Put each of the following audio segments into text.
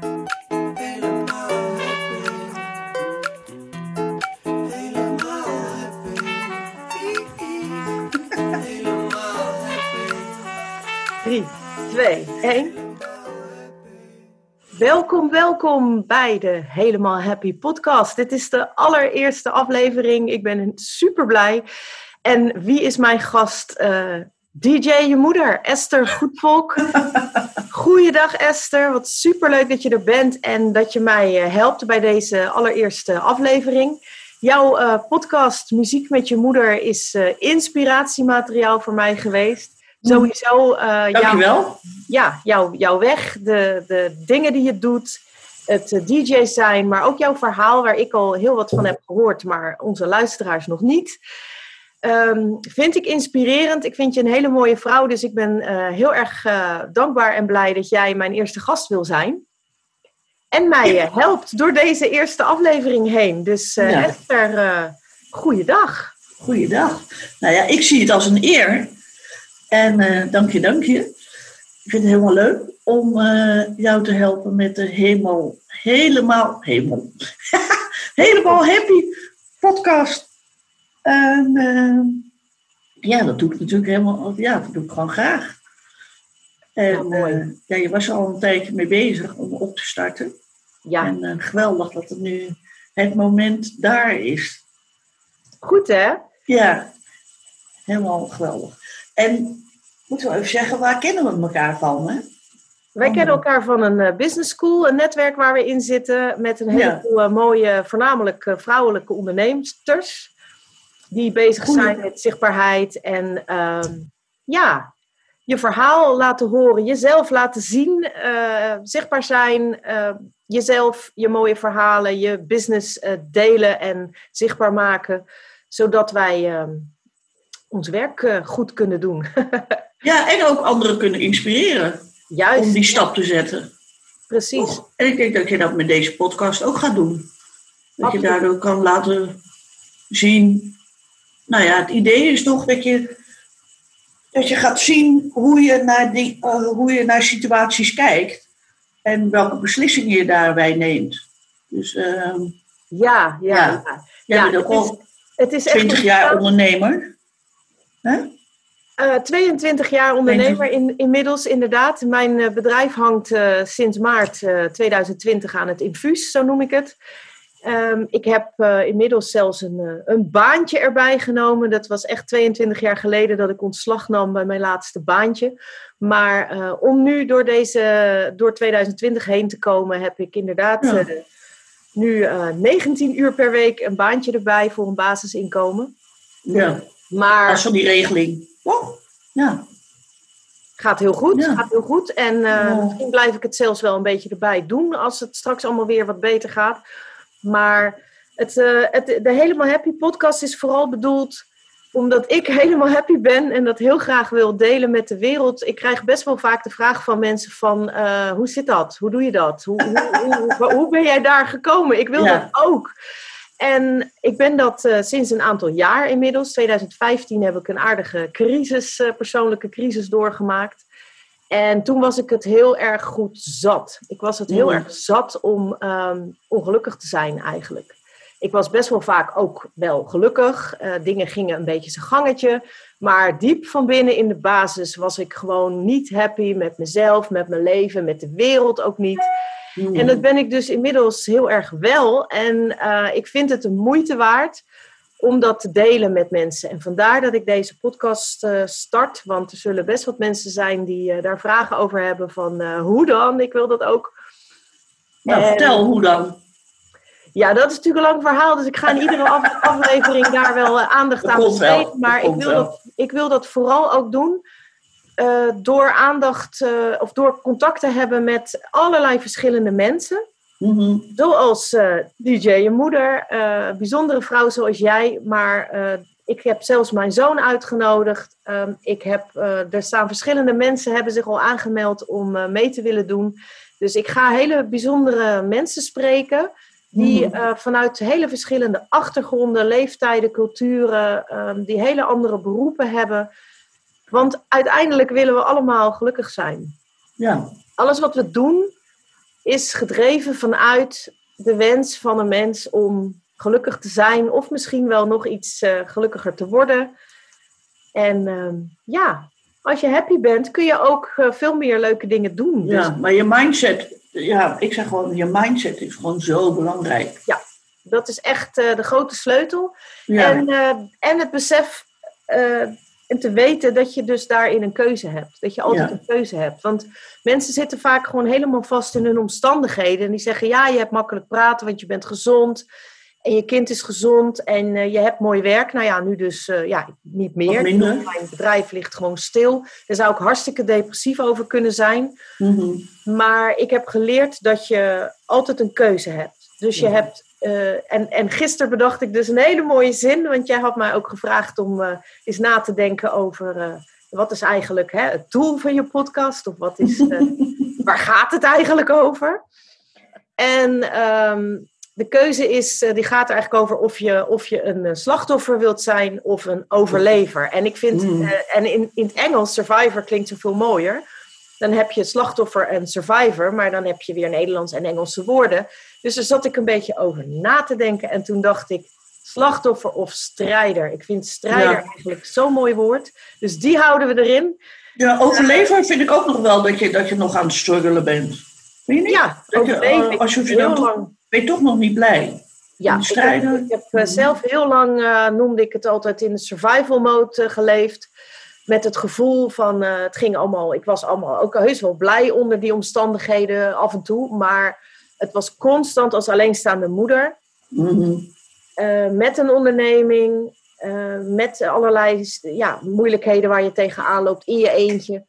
3, 2, 1. Welkom bij de Helemaal Happy podcast. Dit is de allereerste aflevering. Ik ben super blij. En wie is mijn gast? DJ je moeder, Esther Goedvolk. Goeiedag Esther, wat superleuk dat je er bent en dat je mij helpt bij deze allereerste aflevering. Jouw podcast Muziek met je moeder is inspiratiemateriaal voor mij geweest. Sowieso jouw weg, de dingen die je doet, het DJ zijn, maar ook jouw verhaal waar ik al heel wat van heb gehoord, maar onze luisteraars nog niet. Vind ik inspirerend. Ik vind je een hele mooie vrouw, dus ik ben heel erg dankbaar en blij dat jij mijn eerste gast wil zijn. En mij helpt door deze eerste aflevering heen. Dus Esther, goeiedag. Goeiedag. Nou ja, ik zie het als een eer. En dank je. Ik vind het helemaal leuk om jou te helpen met de helemaal happy podcast. En dat doe ik natuurlijk helemaal, dat doe ik gewoon graag. En mooi. Je was er al een tijdje mee bezig om op te starten. Ja. En geweldig dat het nu het moment daar is. Goed hè? Ja, helemaal geweldig. En moeten we even zeggen, waar kennen we elkaar van? Hè? Wij kennen elkaar van een business school, een netwerk waar we in zitten met een heleboel mooie, voornamelijk vrouwelijke ondernemers. Die bezig zijn met zichtbaarheid en je verhaal laten horen, jezelf laten zien, zichtbaar zijn, jezelf, je mooie verhalen, je business delen en zichtbaar maken, zodat wij ons werk goed kunnen doen. Ja, en ook anderen kunnen inspireren. Juist. Om die stap te zetten. Precies. En ik denk dat je dat met deze podcast ook gaat doen. Dat Absoluut. je daardoor kan laten zien. Nou ja, het idee is toch dat je gaat zien hoe je naar situaties kijkt. En welke beslissingen je daarbij neemt. Dus Ja. Jij bent ook al het is 20 echt jaar ondernemer. Hè? 22 jaar ondernemer inmiddels, inderdaad. Mijn bedrijf hangt sinds maart 2020 aan het infuus, zo noem ik het. Ik heb inmiddels zelfs een baantje erbij genomen. Dat was echt 22 jaar geleden dat ik ontslag nam bij mijn laatste baantje. Maar om nu door 2020 heen te komen, heb ik inderdaad nu 19 uur per week een baantje erbij voor een basisinkomen. Ja, maar dat is van die regeling. Oh, ja. Gaat heel goed, Ja. gaat heel goed. En misschien blijf ik het zelfs wel een beetje erbij doen als het straks allemaal weer wat beter gaat. Maar de Helemaal Happy podcast is vooral bedoeld omdat ik helemaal happy ben en dat heel graag wil delen met de wereld. Ik krijg best wel vaak de vraag van mensen van hoe zit dat? Hoe doe je dat? Hoe ben jij daar gekomen? Ik wil dat ook. En ik ben dat sinds een aantal jaar inmiddels. 2015 heb ik een aardige persoonlijke crisis doorgemaakt. En toen was ik het heel erg goed zat. Ik was het heel erg zat om ongelukkig te zijn eigenlijk. Ik was best wel vaak ook wel gelukkig. Dingen gingen een beetje zijn gangetje. Maar diep van binnen in de basis was ik gewoon niet happy met mezelf, met mijn leven, met de wereld ook niet. En dat ben ik dus inmiddels heel erg wel. En ik vind het een moeite waard om dat te delen met mensen. En vandaar dat ik deze podcast start. Want er zullen best wat mensen zijn die daar vragen over hebben van hoe dan? Ik wil dat ook. Nou, vertel hoe dan. Ja, dat is natuurlijk een lang verhaal. Dus ik ga in iedere aflevering daar wel aandacht aan besteden. Maar ik wil dat vooral ook doen door aandacht of door contact te hebben met allerlei verschillende mensen. Mm-hmm. Zoals DJ je moeder, bijzondere vrouw zoals jij. Maar ik heb zelfs mijn zoon uitgenodigd. Er staan verschillende mensen hebben zich al aangemeld om mee te willen doen. Dus ik ga hele bijzondere mensen spreken. Die vanuit hele verschillende achtergronden, leeftijden, culturen, die hele andere beroepen hebben. Want uiteindelijk willen we allemaal gelukkig zijn. Ja. Alles wat we doen, is gedreven vanuit de wens van een mens om gelukkig te zijn of misschien wel nog iets gelukkiger te worden. En als je happy bent, kun je ook veel meer leuke dingen doen. Ja, Dus, maar je mindset, ik zeg gewoon, je mindset is gewoon zo belangrijk. Ja, dat is echt de grote sleutel. Ja. En het besef en te weten dat je dus daarin een keuze hebt. Dat je altijd een keuze hebt. Want mensen zitten vaak gewoon helemaal vast in hun omstandigheden. En die zeggen, ja, je hebt makkelijk praten, want je bent gezond. En je kind is gezond en je hebt mooi werk. Nou ja, nu dus niet meer. Mijn bedrijf ligt gewoon stil. Daar zou ik hartstikke depressief over kunnen zijn. Mm-hmm. Maar ik heb geleerd dat je altijd een keuze hebt. Dus je hebt... En gisteren bedacht ik dus een hele mooie zin. Want jij had mij ook gevraagd om eens na te denken over... wat is eigenlijk het doel van je podcast? Of wat is, waar gaat het eigenlijk over? En... de keuze die gaat er eigenlijk over of je een slachtoffer wilt zijn of een overlever. En ik vind, en in het Engels, survivor klinkt zoveel mooier. Dan heb je slachtoffer en survivor, maar dan heb je weer Nederlands en Engelse woorden. Dus daar zat ik een beetje over na te denken. En toen dacht ik, slachtoffer of strijder. Ik vind strijder eigenlijk zo'n mooi woord. Dus die houden we erin. Ja, overlever vind ik ook nog wel dat je nog aan het struggelen bent. Vind je niet? Ja, overleven. Als je heel lang... Ben je toch nog niet blij? Ja, ik heb zelf heel lang, noemde ik het altijd, in de survival mode geleefd. Met het gevoel van, het ging allemaal, ik was allemaal ook heus wel blij onder die omstandigheden af en toe. Maar het was constant als alleenstaande moeder. Mm-hmm. Met een onderneming, met allerlei moeilijkheden waar je tegenaan loopt in je eentje.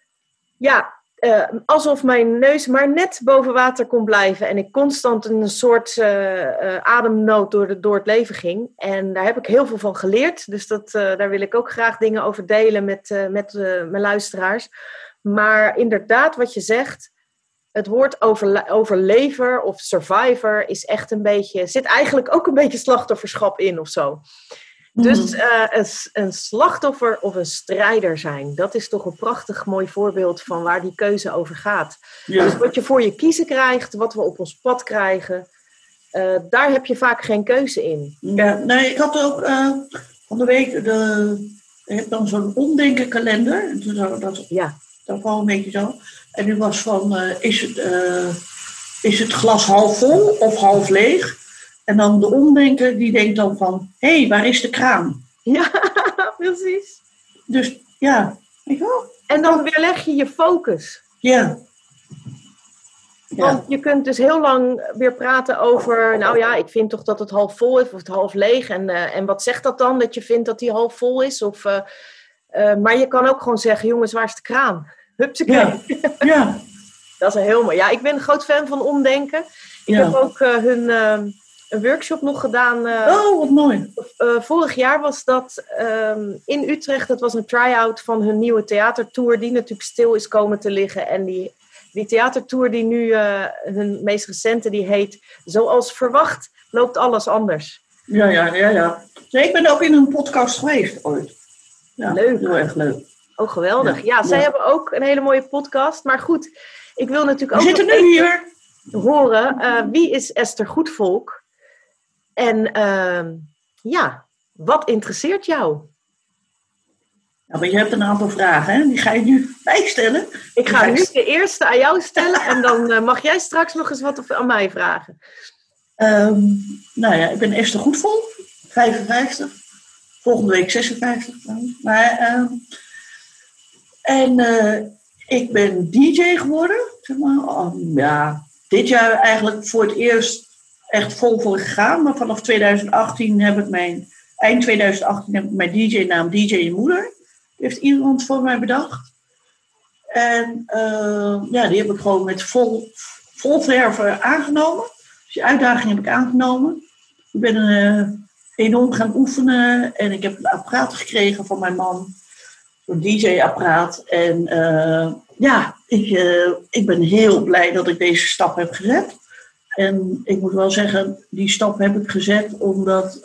Ja. Alsof mijn neus maar net boven water kon blijven. En ik constant in een soort ademnood door het leven ging. En daar heb ik heel veel van geleerd. Dus daar wil ik ook graag dingen over delen met mijn luisteraars. Maar inderdaad, wat je zegt... Het woord overlever of survivor is echt een beetje... Zit eigenlijk ook een beetje slachtofferschap in of zo. Dus een slachtoffer of een strijder zijn, dat is toch een prachtig mooi voorbeeld van waar die keuze over gaat. Ja. Dus wat je voor je kiezen krijgt, wat we op ons pad krijgen, daar heb je vaak geen keuze in. Ja, nee, ik had ook van de week, ik heb dan zo'n omdenkenkalender. Dat was een beetje zo. En die was van, is het glas half vol of half leeg? En dan de omdenker, die denkt dan van... Hé, waar is de kraan? Ja, precies. Dus, ja. Weet je wel? En dan weerleg je je focus. Ja. Want je kunt dus heel lang weer praten over... Nou ja, ik vind toch dat het half vol is of het half leeg. En wat zegt dat dan, dat je vindt dat die half vol is? Maar je kan ook gewoon zeggen... Jongens, waar is de kraan? Hupsakee. Ja. Dat is heel mooi. Ja, ik ben een groot fan van omdenken. Ik heb ook een workshop nog gedaan. Wat mooi. Vorig jaar was dat in Utrecht. Dat was een try-out van hun nieuwe theatertour. Die natuurlijk stil is komen te liggen. En die theatertour die nu hun meest recente, die heet... Zoals verwacht loopt alles anders. Ja. Nee, ik ben ook in een podcast geweest ooit. Ja, leuk. Heel erg leuk. Oh, geweldig. Ja, zij hebben ook een hele mooie podcast. Maar goed, ik wil natuurlijk ook... We zitten nu hier. Horen, wie is Esther Goedvolk? En wat interesseert jou? Ja, maar je hebt een aantal vragen, hè? Die ga je nu bijstellen. Ik ga nu de eerste aan jou stellen en dan mag jij straks nog eens wat aan mij vragen. Ik ben Esther Goedvolk, 55. Volgende week 56. Maar, ik ben DJ geworden, zeg maar. Dit jaar eigenlijk voor het eerst echt vol voor gegaan. Maar vanaf 2018 heb ik eind 2018 heb ik mijn DJ-naam DJ Je Moeder. Die heeft iemand voor mij bedacht. En die heb ik gewoon met vol verve aangenomen. Dus die uitdaging heb ik aangenomen. Ik ben enorm gaan oefenen. En ik heb een apparaat gekregen van mijn man. Zo'n DJ-apparaat. En ik ben heel blij dat ik deze stap heb gezet. En ik moet wel zeggen, die stap heb ik gezet omdat...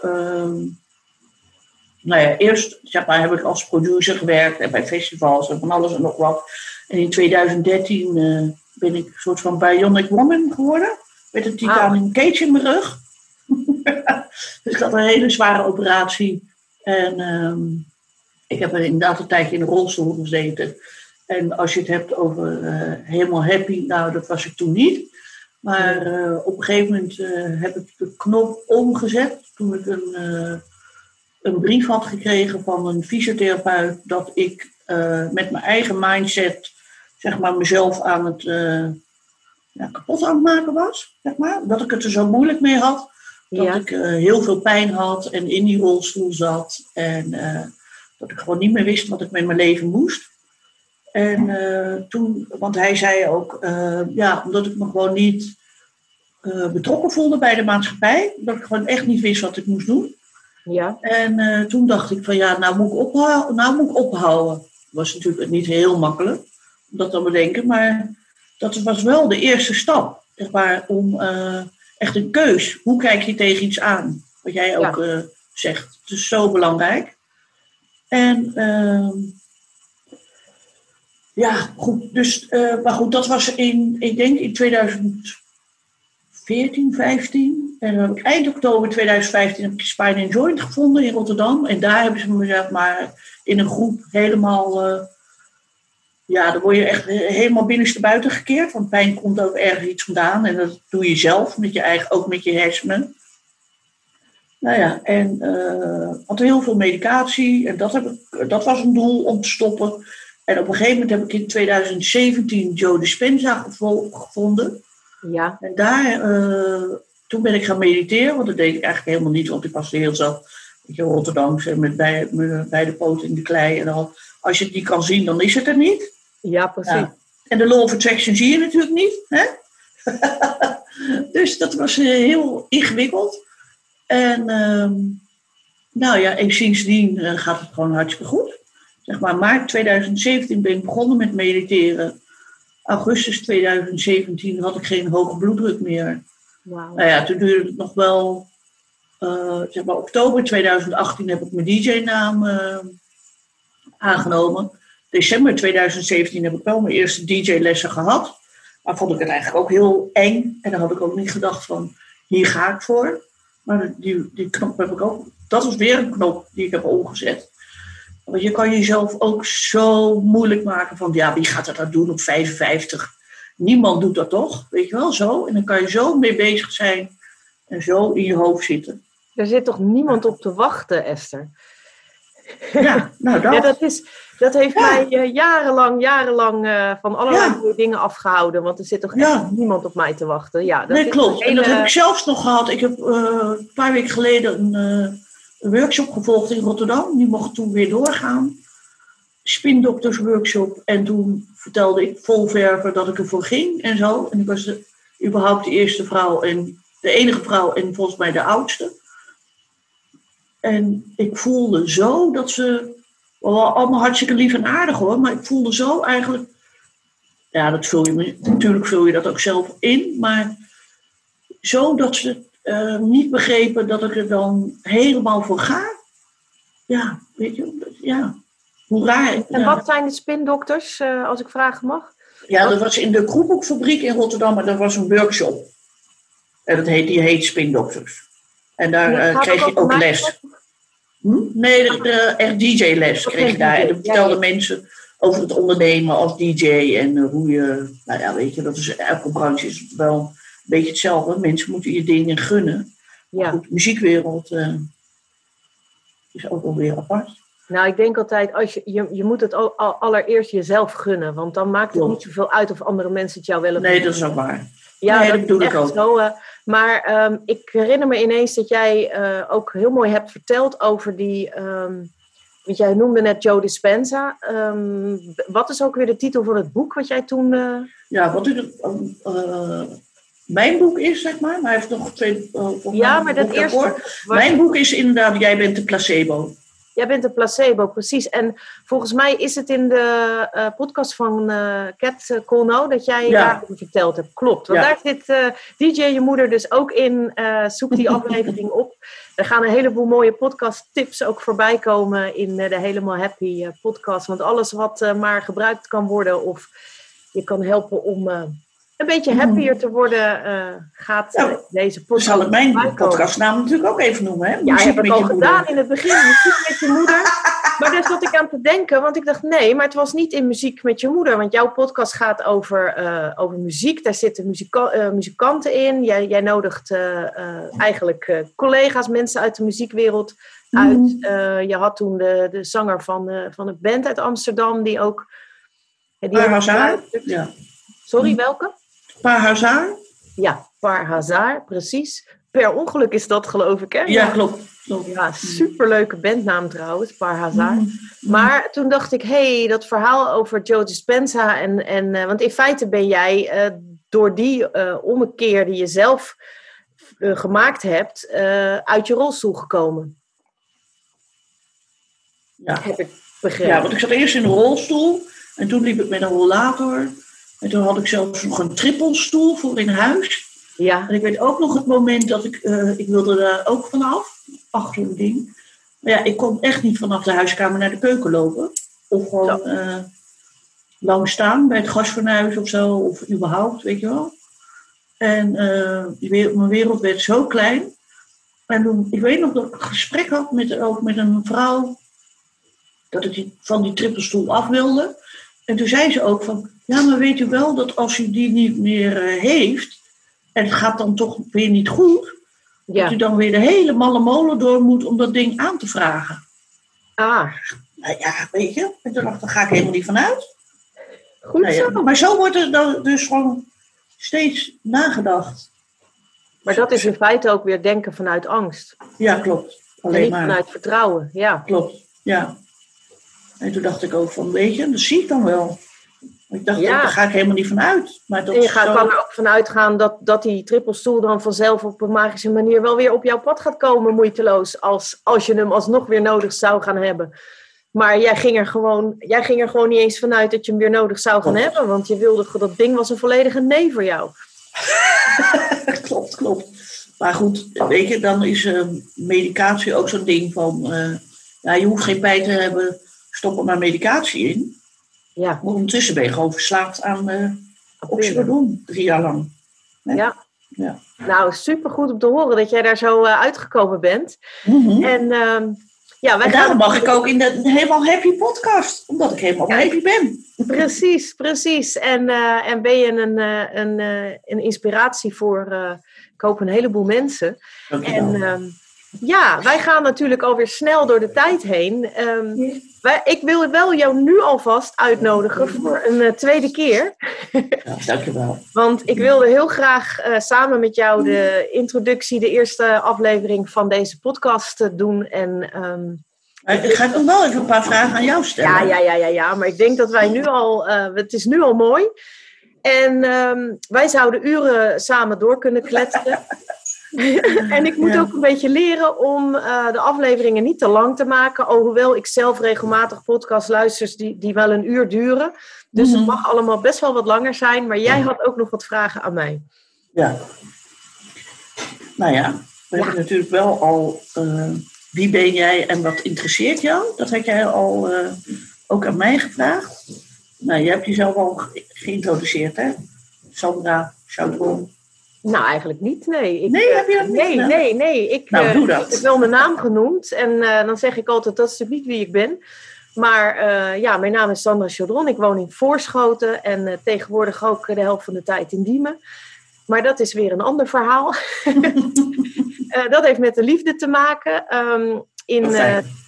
eerst heb ik als producer gewerkt en bij festivals en van alles en nog wat. En in 2013 ben ik een soort van bionic woman geworden. Met een titanium cage in mijn rug. Dus ik had een hele zware operatie. En ik heb er inderdaad een tijdje in een rolstoel gezeten. En als je het hebt over helemaal happy, nou dat was ik toen niet. Maar op een gegeven moment heb ik de knop omgezet. Toen ik een brief had gekregen van een fysiotherapeut. Dat ik met mijn eigen mindset, zeg maar, mezelf aan het kapot aan het maken was. Zeg maar. Dat ik het er zo moeilijk mee had. Dat ik heel veel pijn had en in die rolstoel zat. En dat ik gewoon niet meer wist wat ik met mijn leven moest. En toen, want hij zei ook, omdat ik me gewoon niet betrokken voelde bij de maatschappij. Dat ik gewoon echt niet wist wat ik moest doen. Ja. En toen dacht ik van nou moet ik ophouden. Dat was natuurlijk niet heel makkelijk om dat te bedenken. Maar dat was wel de eerste stap. Zeg maar, om echt een keus. Hoe kijk je tegen iets aan? Wat jij ook zegt. Het is zo belangrijk. En goed. Dus, maar goed, dat was ik denk in 2014, 15. En dan heb ik eind oktober 2015 heb ik Spine & Joint gevonden in Rotterdam. En daar hebben ze me, zeg maar, in een groep helemaal... dan word je echt helemaal binnenstebuiten gekeerd. Want pijn komt ook ergens iets vandaan. En dat doe je zelf, ook met je hersenen. Nou ja, en had heel veel medicatie. En dat was een doel om te stoppen. En op een gegeven moment heb ik in 2017 Joe Dispenza gevonden. Ja. En toen ben ik gaan mediteren. Want dat deed ik eigenlijk helemaal niet. Want ik was heel zo Rotterdamse met beide poten in de klei. En al. Als je het niet kan zien, dan is het er niet. Ja, precies. Ja. En de law of attraction zie je natuurlijk niet. Hè? Dus dat was heel ingewikkeld. En en sindsdien gaat het gewoon hartstikke goed. Zeg maar maart 2017 ben ik begonnen met mediteren. Augustus 2017 had ik geen hoge bloeddruk meer. Wow. Nou ja, toen duurde het nog wel... oktober 2018 heb ik mijn DJ-naam aangenomen. December 2017 heb ik wel mijn eerste DJ-lessen gehad. Maar vond ik het eigenlijk ook heel eng. En dan had ik ook niet gedacht van, hier ga ik voor. Maar die knop heb ik ook... Dat was weer een knop die ik heb omgezet. Want je kan jezelf ook zo moeilijk maken van... wie gaat dat nou doen op 55? Niemand doet dat toch? Weet je wel, zo. En dan kan je zo mee bezig zijn en zo in je hoofd zitten. Er zit toch niemand op te wachten, Esther? Ja, nou dat. Ja, dat heeft mij jarenlang van allerlei mooie dingen afgehouden. Want er zit toch echt niemand op mij te wachten. Ja, dat klopt. En dat heb ik zelfs nog gehad. Ik heb een paar weken geleden een workshop gevolgd in Rotterdam. Die mocht toen weer doorgaan. Spindoktersworkshop. En toen vertelde ik vol verven dat ik ervoor ging en zo. En ik was überhaupt de eerste vrouw en de enige vrouw en volgens mij de oudste. En ik voelde zo dat ze... allemaal hartstikke lief en aardig hoor. Maar ik voelde zo eigenlijk... Ja, natuurlijk vul je dat ook zelf in. Maar zo dat ze niet begrepen dat ik er dan helemaal voor ga. Ja, weet je. Ja, hoe raar. En wat zijn de spindokters, als ik vragen mag? Ja, dat was in de Kroephoekfabriek in Rotterdam. Maar dat was een workshop. En die heet Spindokters. En daar kreeg je ook les. Nee, echt DJ-les kreeg je daar. En dan vertelden mensen over het ondernemen als DJ en hoe je... Nou ja, weet je, dat is elke branche is wel een beetje hetzelfde. Mensen moeten je dingen gunnen. Ja. Maar goed, de muziekwereld is ook wel weer apart. Nou, ik denk altijd, je moet het allereerst jezelf gunnen. Want dan maakt het niet zoveel uit of andere mensen het jou willen. Nee, dat is ook waar. Ja, nee, dat bedoel ik ook. Zo, maar ik herinner me ineens dat jij ook heel mooi hebt verteld over die... want jij noemde net Joe Dispenza. Wat is ook weer de titel van het boek wat jij toen... Ja, wat is het? Mijn boek is, zeg maar. Maar hij heeft nog twee... maar dat eerste... Mijn boek is inderdaad Jij bent de placebo. Jij bent een placebo, precies. En volgens mij is het in de podcast van Cat Colno dat jij daarover verteld hebt. Klopt. Want daar zit DJ je moeder dus ook in. Zoek die aflevering op. Er gaan een heleboel mooie podcast tips ook voorbij komen in de Helemaal Happy podcast. Want alles wat maar gebruikt kan worden of je kan helpen om een beetje happier te worden, gaat deze podcast. Zal ik mijn podcastnaam natuurlijk ook even noemen, hè? Ja, heb ik al gedaan in het begin. Muziek met je moeder. Maar daar zat ik aan te denken, want ik dacht nee, maar het was niet in Muziek met je moeder. Want jouw podcast gaat over muziek. Daar zitten muzikanten in. Jij nodigt eigenlijk collega's, mensen uit de muziekwereld uit. Je had toen de zanger van een band uit Amsterdam, die ook... Par Hazard? Ja. Sorry, welke? Par Hazard? Ja, Par Hazard, precies. Per ongeluk is dat, geloof ik, hè? Ja, klopt. Ja, superleuke bandnaam trouwens, Par Hazard. Maar toen dacht ik, dat verhaal over Joe Dispenza... want in feite ben jij door die ommekeer die je zelf gemaakt hebt... uit je rolstoel gekomen. Ja. Heb ik begrepen. Ja, want ik zat eerst in een rolstoel... En toen liep ik met een rollator. En toen had ik zelfs nog een trippelstoel voor in huis. Ja. En ik weet ook nog het moment dat ik wilde daar ook vanaf. Achter een ding. Maar ja, ik kon echt niet vanaf de huiskamer naar de keuken lopen. Of gewoon lang staan bij het gasfornuis of zo. Of überhaupt, weet je wel. En mijn wereld werd zo klein. En toen, ik weet nog dat ik een gesprek had met een vrouw. Dat ik van die trippelstoel af wilde. En toen zei ze ook van, ja, maar weet u wel dat als u die niet meer heeft, en het gaat dan toch weer niet goed, dat u dan weer de hele malle molen door moet om dat ding aan te vragen. Ah. Nou ja, weet je, en toen dacht ik, daar ga ik helemaal niet van uit. Goed zo. Maar zo wordt er dan dus gewoon steeds nagedacht. Maar dat is in feite ook weer denken vanuit angst. Ja, klopt. Alleen niet vanuit vertrouwen, ja. Klopt, ja. En toen dacht ik ook van, weet je, dat zie ik dan wel. Ik dacht, daar ga ik helemaal niet van uit. Maar dat kan er ook van uitgaan dat die trippelstoel dan vanzelf op een magische manier wel weer op jouw pad gaat komen, moeiteloos. Als je hem alsnog weer nodig zou gaan hebben. Maar jij ging er gewoon niet eens vanuit dat je hem weer nodig zou gaan hebben. Want je wilde, dat ding was een volledige nee voor jou. Klopt. Maar goed, weet je, dan is medicatie ook zo'n ding van... je hoeft geen pijn te hebben, stop er maar medicatie in. Ja. Maar ondertussen ben je gewoon verslaafd aan oxycodon 3 jaar lang. Nee? Ja. Nou, supergoed om te horen dat jij daar zo uitgekomen bent. Mm-hmm. En daarom mag ik ook in de Helemaal Happy podcast. Omdat ik helemaal happy ben. Precies. En ben je een inspiratie voor, ik hoop, een heleboel mensen. Wij gaan natuurlijk alweer snel door de tijd heen. Ik wil wel jou nu alvast uitnodigen voor een tweede keer. Ja, dankjewel. Want ik wilde heel graag samen met jou de introductie, de eerste aflevering van deze podcast doen. Ik ga nog wel even een paar vragen aan jou stellen. Ja, maar ik denk dat wij nu al, het is nu al mooi. En wij zouden uren samen door kunnen kletsen. En ik moet ook een beetje leren om de afleveringen niet te lang te maken. Alhoewel ik zelf regelmatig podcast luister die wel een uur duren. Dus het mag allemaal best wel wat langer zijn. Maar jij had ook nog wat vragen aan mij. Ja. Nou ja, we hebben natuurlijk wel al... wie ben jij en wat interesseert jou? Dat had jij al ook aan mij gevraagd. Nou, je hebt jezelf al geïntroduceerd, hè? Sandra Chaudron. Nou, eigenlijk niet, nee. Heb je dat niet? Nee. Ik heb wel mijn naam genoemd. En dan zeg ik altijd, dat is natuurlijk niet wie ik ben. Maar mijn naam is Sandra Chaudron. Ik woon in Voorschoten. En tegenwoordig ook de helft van de tijd in Diemen. Maar dat is weer een ander verhaal. Dat heeft met de liefde te maken. In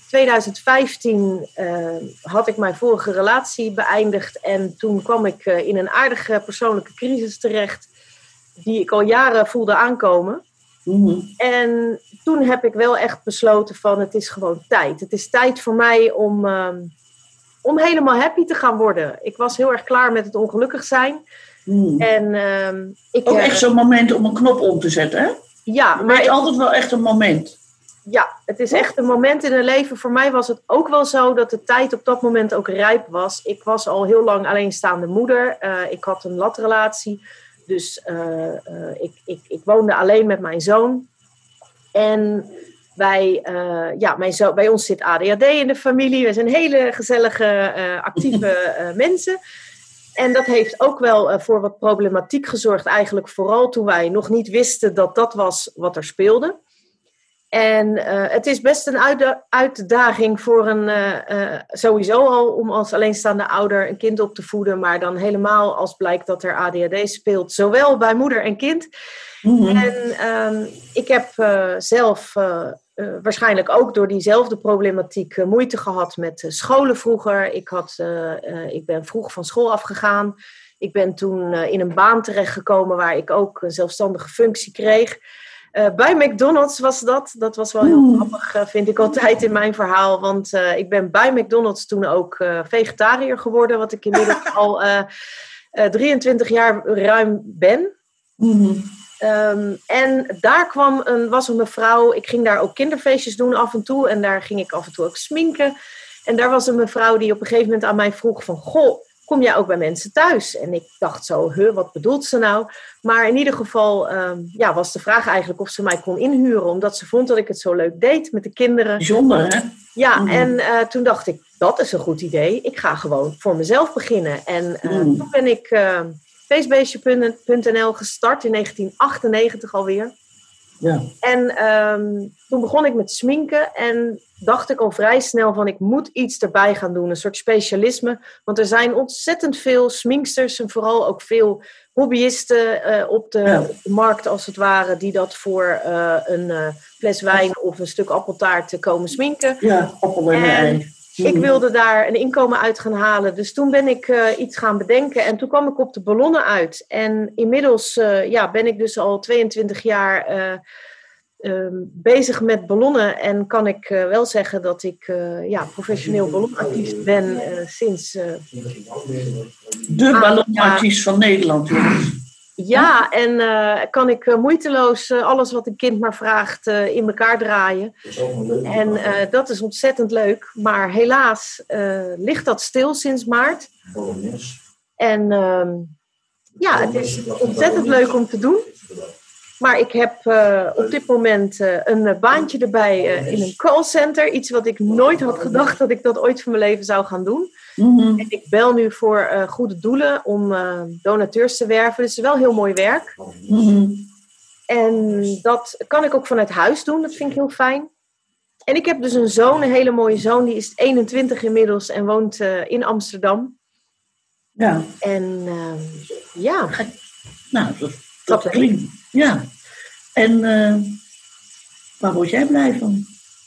2015 had ik mijn vorige relatie beëindigd. En toen kwam ik in een aardige persoonlijke crisis terecht. Die ik al jaren voelde aankomen. Mm-hmm. En toen heb ik wel echt besloten van, het is gewoon tijd. Het is tijd voor mij om helemaal happy te gaan worden. Ik was heel erg klaar met het ongelukkig zijn. En ook echt zo'n moment om een knop om te zetten, hè? Ja, maar het is altijd wel echt een moment. Ja, het is echt een moment in een leven. Voor mij was het ook wel zo dat de tijd op dat moment ook rijp was. Ik was al heel lang alleenstaande moeder. Ik had een latrelatie. Dus ik woonde alleen met mijn zoon. En bij ons zit ADHD in de familie. We zijn hele gezellige, actieve mensen. En dat heeft ook wel voor wat problematiek gezorgd. Eigenlijk vooral toen wij nog niet wisten dat dat was wat er speelde. En het is best een uitdaging voor sowieso al om als alleenstaande ouder een kind op te voeden. Maar dan helemaal als blijkt dat er ADHD speelt. Zowel bij moeder en kind. Mm-hmm. En ik heb zelf waarschijnlijk ook door diezelfde problematiek moeite gehad met scholen vroeger. Ik ben vroeg van school afgegaan. Ik ben toen in een baan terechtgekomen waar ik ook een zelfstandige functie kreeg. Bij McDonald's was dat. Dat was wel heel grappig, vind ik altijd in mijn verhaal. Want ik ben bij McDonald's toen ook vegetariër geworden. Wat ik inmiddels al 23 jaar ruim ben. Mm-hmm. En daar was een mevrouw. Ik ging daar ook kinderfeestjes doen af en toe. En daar ging ik af en toe ook sminken. En daar was een mevrouw die op een gegeven moment aan mij vroeg van... Goh, kom jij ook bij mensen thuis? En ik dacht zo, wat bedoelt ze nou? Maar in ieder geval was de vraag eigenlijk of ze mij kon inhuren. Omdat ze vond dat ik het zo leuk deed met de kinderen. Bijzonder, hè? Ja, en toen dacht ik, dat is een goed idee. Ik ga gewoon voor mezelf beginnen. En toen ben ik feestbeestje.nl gestart in 1998 alweer. Ja. En toen begon ik met sminken en dacht ik al vrij snel van ik moet iets erbij gaan doen, een soort specialisme. Want er zijn ontzettend veel sminksters en vooral ook veel hobbyisten op de markt als het ware, die dat voor een fles wijn of een stuk appeltaart te komen sminken. Ja, appel en ei. Ik wilde daar een inkomen uit gaan halen. Dus toen ben ik iets gaan bedenken. En toen kwam ik op de ballonnen uit. En inmiddels ben ik dus al 22 jaar bezig met ballonnen. En kan ik wel zeggen dat ik professioneel ballonartiest ben sinds... de ballonartiest van Nederland, jongens. Ja, en kan ik moeiteloos alles wat een kind maar vraagt in elkaar draaien. En dat is ontzettend leuk. Maar helaas ligt dat stil sinds maart. En het is ontzettend leuk om te doen. Maar ik heb op dit moment een baantje erbij in een callcenter. Iets wat ik nooit had gedacht dat ik dat ooit van mijn leven zou gaan doen. Mm-hmm. En ik bel nu voor goede doelen om donateurs te werven. Dus het is wel heel mooi werk. Mm-hmm. En dat kan ik ook vanuit huis doen. Dat vind ik heel fijn. En ik heb dus een zoon, een hele mooie zoon. Die is 21 inmiddels en woont in Amsterdam. Ja. En Nou, dat klinkt... Ja. En waar word jij blij van?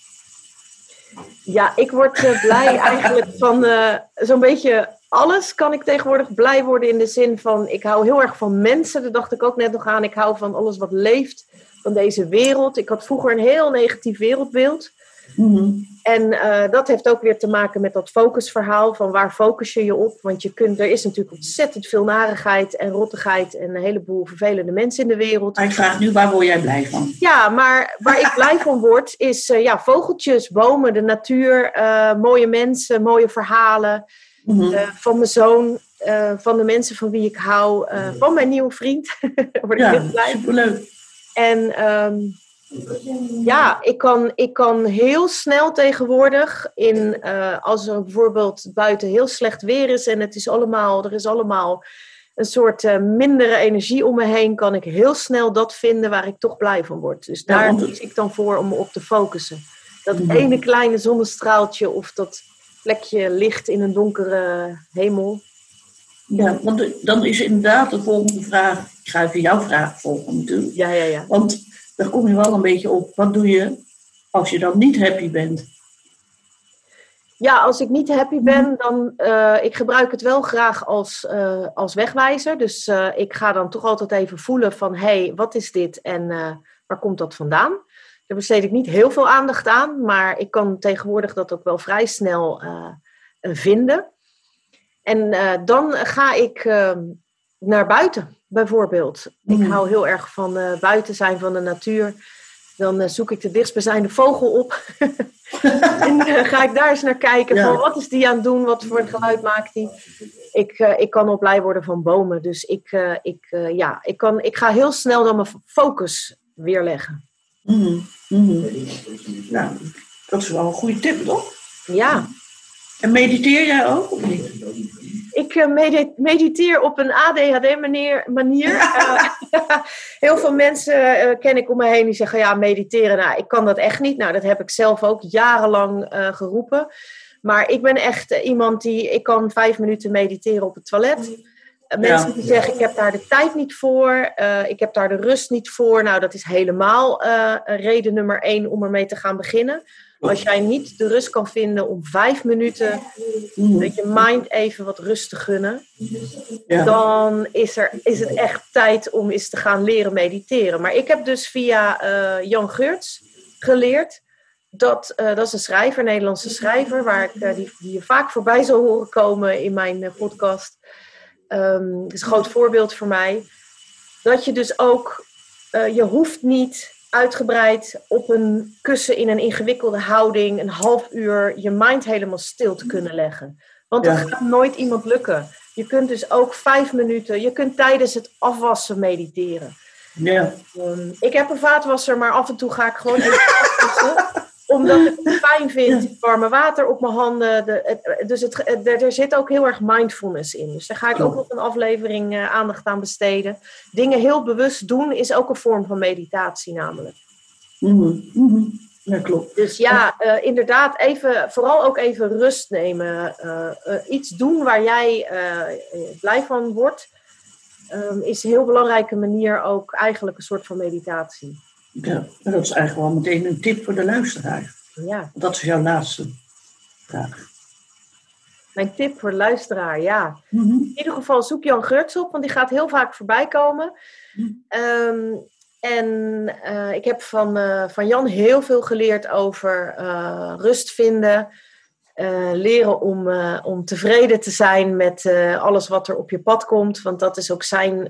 Ja, ik word blij eigenlijk van zo'n beetje alles kan ik tegenwoordig blij worden in de zin van, ik hou heel erg van mensen, dat dacht ik ook net nog aan. Ik hou van alles wat leeft, van deze wereld. Ik had vroeger een heel negatief wereldbeeld. Mm-hmm. En dat heeft ook weer te maken met dat focusverhaal, van waar focus je je op? Want er is natuurlijk ontzettend veel narigheid en rottigheid en een heleboel vervelende mensen in de wereld. Maar ik vraag nu, waar word jij blij van? Ja, maar waar ik blij van word is vogeltjes, bomen, de natuur, mooie mensen, mooie verhalen. Mm-hmm. Van mijn zoon, van de mensen van wie ik hou, van mijn nieuwe vriend. Daar word ik heel blij. Superleuk. En ik kan heel snel tegenwoordig als er bijvoorbeeld buiten heel slecht weer is en er is allemaal een soort mindere energie om me heen, kan ik heel snel dat vinden waar ik toch blij van word. Dus daar kies ik dan voor om me op te focussen. Dat ene kleine zonnestraaltje of dat plekje licht in een donkere hemel. Ja, want dan is inderdaad de volgende vraag, ik ga even jouw vraag volgen natuurlijk. Ja. Want daar kom je wel een beetje op. Wat doe je als je dan niet happy bent? Ja, als ik niet happy ben, dan... ik gebruik het wel graag als wegwijzer. Dus ik ga dan toch altijd even voelen van... Hé, wat is dit en waar komt dat vandaan? Daar besteed ik niet heel veel aandacht aan. Maar ik kan tegenwoordig dat ook wel vrij snel vinden. En dan ga ik naar buiten. Bijvoorbeeld, ik hou heel erg van buiten zijn van de natuur. Dan zoek ik de dichtstbijzijnde vogel op. En ga ik daar eens naar kijken. Van, wat is die aan het doen? Wat voor een geluid maakt die? Ik kan al blij worden van bomen. Dus ik ga heel snel dan mijn focus weerleggen. Nou, dat is wel een goede tip, toch? Ja. En mediteer jij ook of niet? Ik mediteer op een ADHD-manier. Heel veel mensen ken ik om me heen die zeggen, ja, mediteren, nou, ik kan dat echt niet. Nou, dat heb ik zelf ook jarenlang geroepen. Maar ik ben echt iemand ik kan 5 minuten mediteren op het toilet. Mensen die zeggen, ik heb daar de tijd niet voor. Ik heb daar de rust niet voor. Nou, dat is helemaal reden nummer 1 om ermee te gaan beginnen. Als jij niet de rust kan vinden om 5 minuten dat je mind even wat rust te gunnen, dan is het echt tijd om eens te gaan leren mediteren. Maar ik heb dus via Jan Geurts geleerd. Dat is een schrijver, een Nederlandse schrijver, waar die je vaak voorbij zal horen komen in mijn podcast. Dat is een groot voorbeeld voor mij. Dat je dus ook, je hoeft niet uitgebreid op een kussen in een ingewikkelde houding een half uur je mind helemaal stil te kunnen leggen. Want dat gaat nooit iemand lukken. Je kunt dus ook 5 minuten, je kunt tijdens het afwassen mediteren. Ja. Ik heb een vaatwasser, maar af en toe ga ik gewoon even afwassen. Omdat ik het fijn vind, warme water op mijn handen. Er zit ook heel erg mindfulness in. Dus daar ga ik ook nog een aflevering aandacht aan besteden. Dingen heel bewust doen is ook een vorm van meditatie namelijk. Ja, klopt. Dus inderdaad, vooral ook even rust nemen. Iets doen waar jij blij van wordt, is een heel belangrijke manier ook eigenlijk een soort van meditatie. Ja, dat is eigenlijk wel meteen een tip voor de luisteraar. Ja. Dat is jouw laatste vraag. Mijn tip voor de luisteraar, ja. In ieder geval zoek Jan Geurts op, want die gaat heel vaak voorbij komen. Ik heb van Jan heel veel geleerd over rust vinden. Leren om tevreden te zijn met alles wat er op je pad komt. Want dat is ook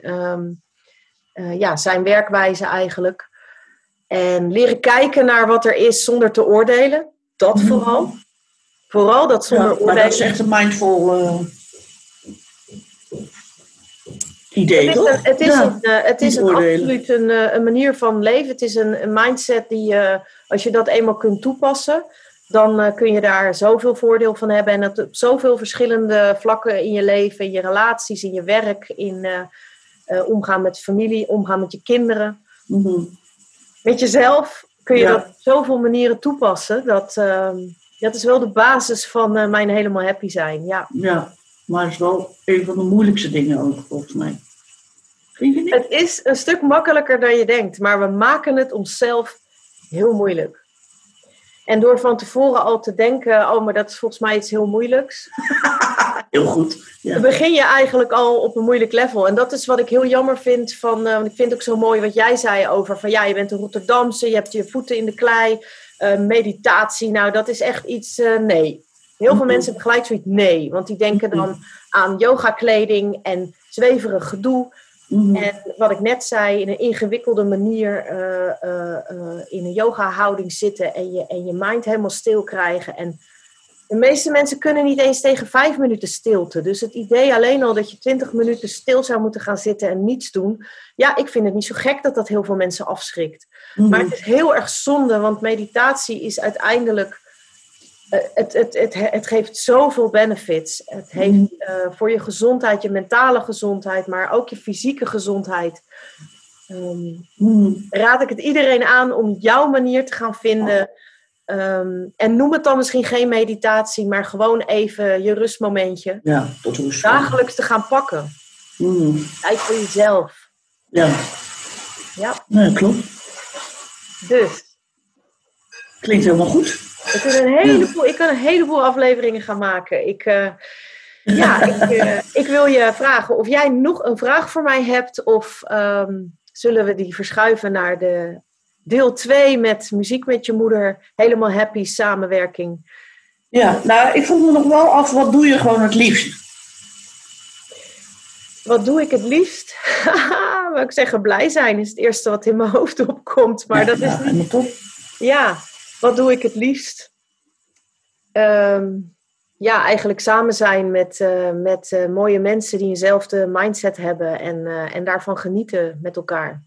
zijn werkwijze eigenlijk. En leren kijken naar wat er is zonder te oordelen. Dat vooral. Vooral dat zonder oordelen. Maar dat is echt een mindful idee, toch? Het is absoluut een manier van leven. Het is een mindset die, als je dat eenmaal kunt toepassen, dan kun je daar zoveel voordeel van hebben. En dat op zoveel verschillende vlakken in je leven, in je relaties, in je werk, in omgaan met familie, omgaan met je kinderen. Met jezelf kun je dat op zoveel manieren toepassen. Dat is wel de basis van mijn helemaal happy zijn. Ja, maar het is wel een van de moeilijkste dingen ook, volgens mij. Vind je niet? Het is een stuk makkelijker dan je denkt. Maar we maken het onszelf heel moeilijk. En door van tevoren al te denken, maar dat is volgens mij iets heel moeilijks. Heel goed. Ja. Dan begin je eigenlijk al op een moeilijk level. En dat is wat ik heel jammer vind want ik vind ook zo mooi wat jij zei over van je bent een Rotterdamse, je hebt je voeten in de klei, meditatie, nou dat is echt iets, nee. Heel veel mensen hebben gelijk zoiets, nee. Want die denken dan aan yoga-kleding en zweverig gedoe. En wat ik net zei, in een ingewikkelde manier in een yoga-houding zitten en je mind helemaal stil krijgen. En de meeste mensen kunnen niet eens tegen 5 minuten stilte. Dus het idee alleen al dat je 20 minuten stil zou moeten gaan zitten en niets doen. Ja, ik vind het niet zo gek dat heel veel mensen afschrikt. Maar het is heel erg zonde, want meditatie is uiteindelijk, het geeft zoveel benefits. Het heeft voor je gezondheid, je mentale gezondheid, maar ook je fysieke gezondheid. Raad ik het iedereen aan om jouw manier te gaan vinden. En noem het dan misschien geen meditatie, maar gewoon even je rustmomentje. Ja, tot rust. Dagelijks te gaan pakken. Tijd voor jezelf. Ja. Nee, klopt. Dus. Klinkt helemaal goed. Ik kan een heleboel afleveringen gaan maken. Ik wil je vragen of jij nog een vraag voor mij hebt. Of zullen we die verschuiven naar de deel 2 met muziek met je moeder. Helemaal happy samenwerking. Ja, nou ik vroeg me nog wel af. Wat doe je gewoon het liefst? Wat doe ik het liefst? Wil ik zeggen, blij zijn is het eerste wat in mijn hoofd opkomt. Maar dat is niet... Top. Ja, wat doe ik het liefst? Eigenlijk samen zijn met mooie mensen die eenzelfde mindset hebben en daarvan genieten met elkaar.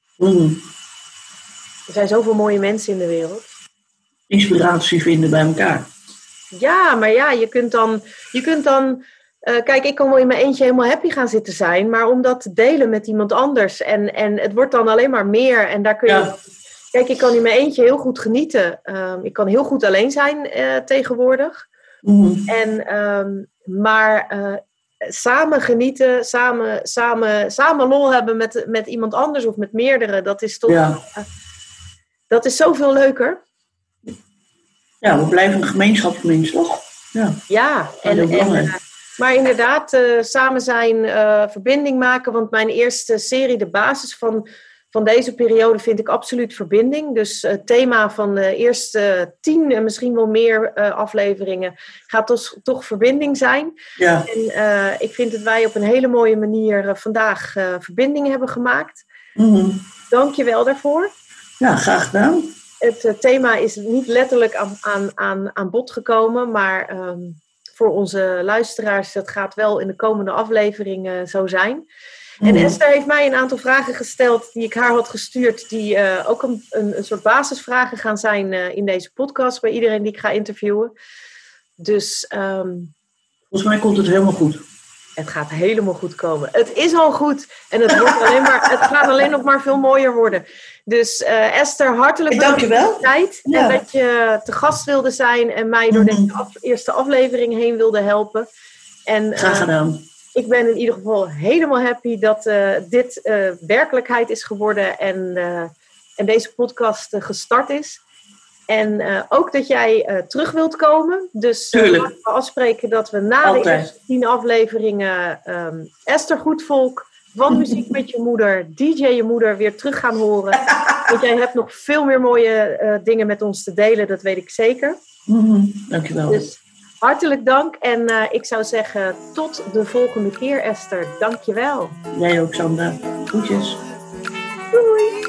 Er zijn zoveel mooie mensen in de wereld. Inspiratie vinden bij elkaar. Ja, maar ja, je kunt dan Kijk, ik kan wel in mijn eentje helemaal happy gaan zitten zijn, maar om dat te delen met iemand anders en het wordt dan alleen maar meer en daar kun je... Ja. Kijk, ik kan in mijn eentje heel goed genieten. Ik kan heel goed alleen zijn tegenwoordig. Maar samen genieten, samen lol hebben met iemand anders of met meerdere, dat is toch... dat is zoveel leuker. Ja, we blijven een gemeenschapsmens, toch? Ja, maar inderdaad, samen zijn, verbinding maken. Want mijn eerste serie, de basis van deze periode, vind ik absoluut verbinding. Dus het thema van de eerste 10 en misschien wel meer afleveringen gaat toch verbinding zijn. Ja. En ik vind dat wij op een hele mooie manier vandaag verbinding hebben gemaakt. Dank je wel daarvoor. Ja, graag gedaan. Het thema is niet letterlijk aan bod gekomen, maar voor onze luisteraars, dat gaat wel in de komende afleveringen zo zijn. En Esther heeft mij een aantal vragen gesteld die ik haar had gestuurd, die ook een soort basisvragen gaan zijn in deze podcast bij iedereen die ik ga interviewen. Dus volgens mij komt het helemaal goed. Het gaat helemaal goed komen. Het is al goed en het gaat alleen nog maar veel mooier worden. Dus Esther, hartelijk bedankt voor de tijd. Ja. En dat je te gast wilde zijn en mij door deze eerste aflevering heen wilde helpen. En, graag gedaan. Ik ben in ieder geval helemaal happy dat dit werkelijkheid is geworden en deze podcast gestart is. En ook dat jij terug wilt komen. Dus laten we afspreken dat we na de eerste 10 afleveringen Esther Goedvolk van Muziek met je moeder, DJ je moeder, weer terug gaan horen. Want jij hebt nog veel meer mooie dingen met ons te delen, dat weet ik zeker. Dankjewel. Dus hartelijk dank en ik zou zeggen tot de volgende keer, Esther. Dankjewel. Jij ook, Sandra. Groetjes. Doei.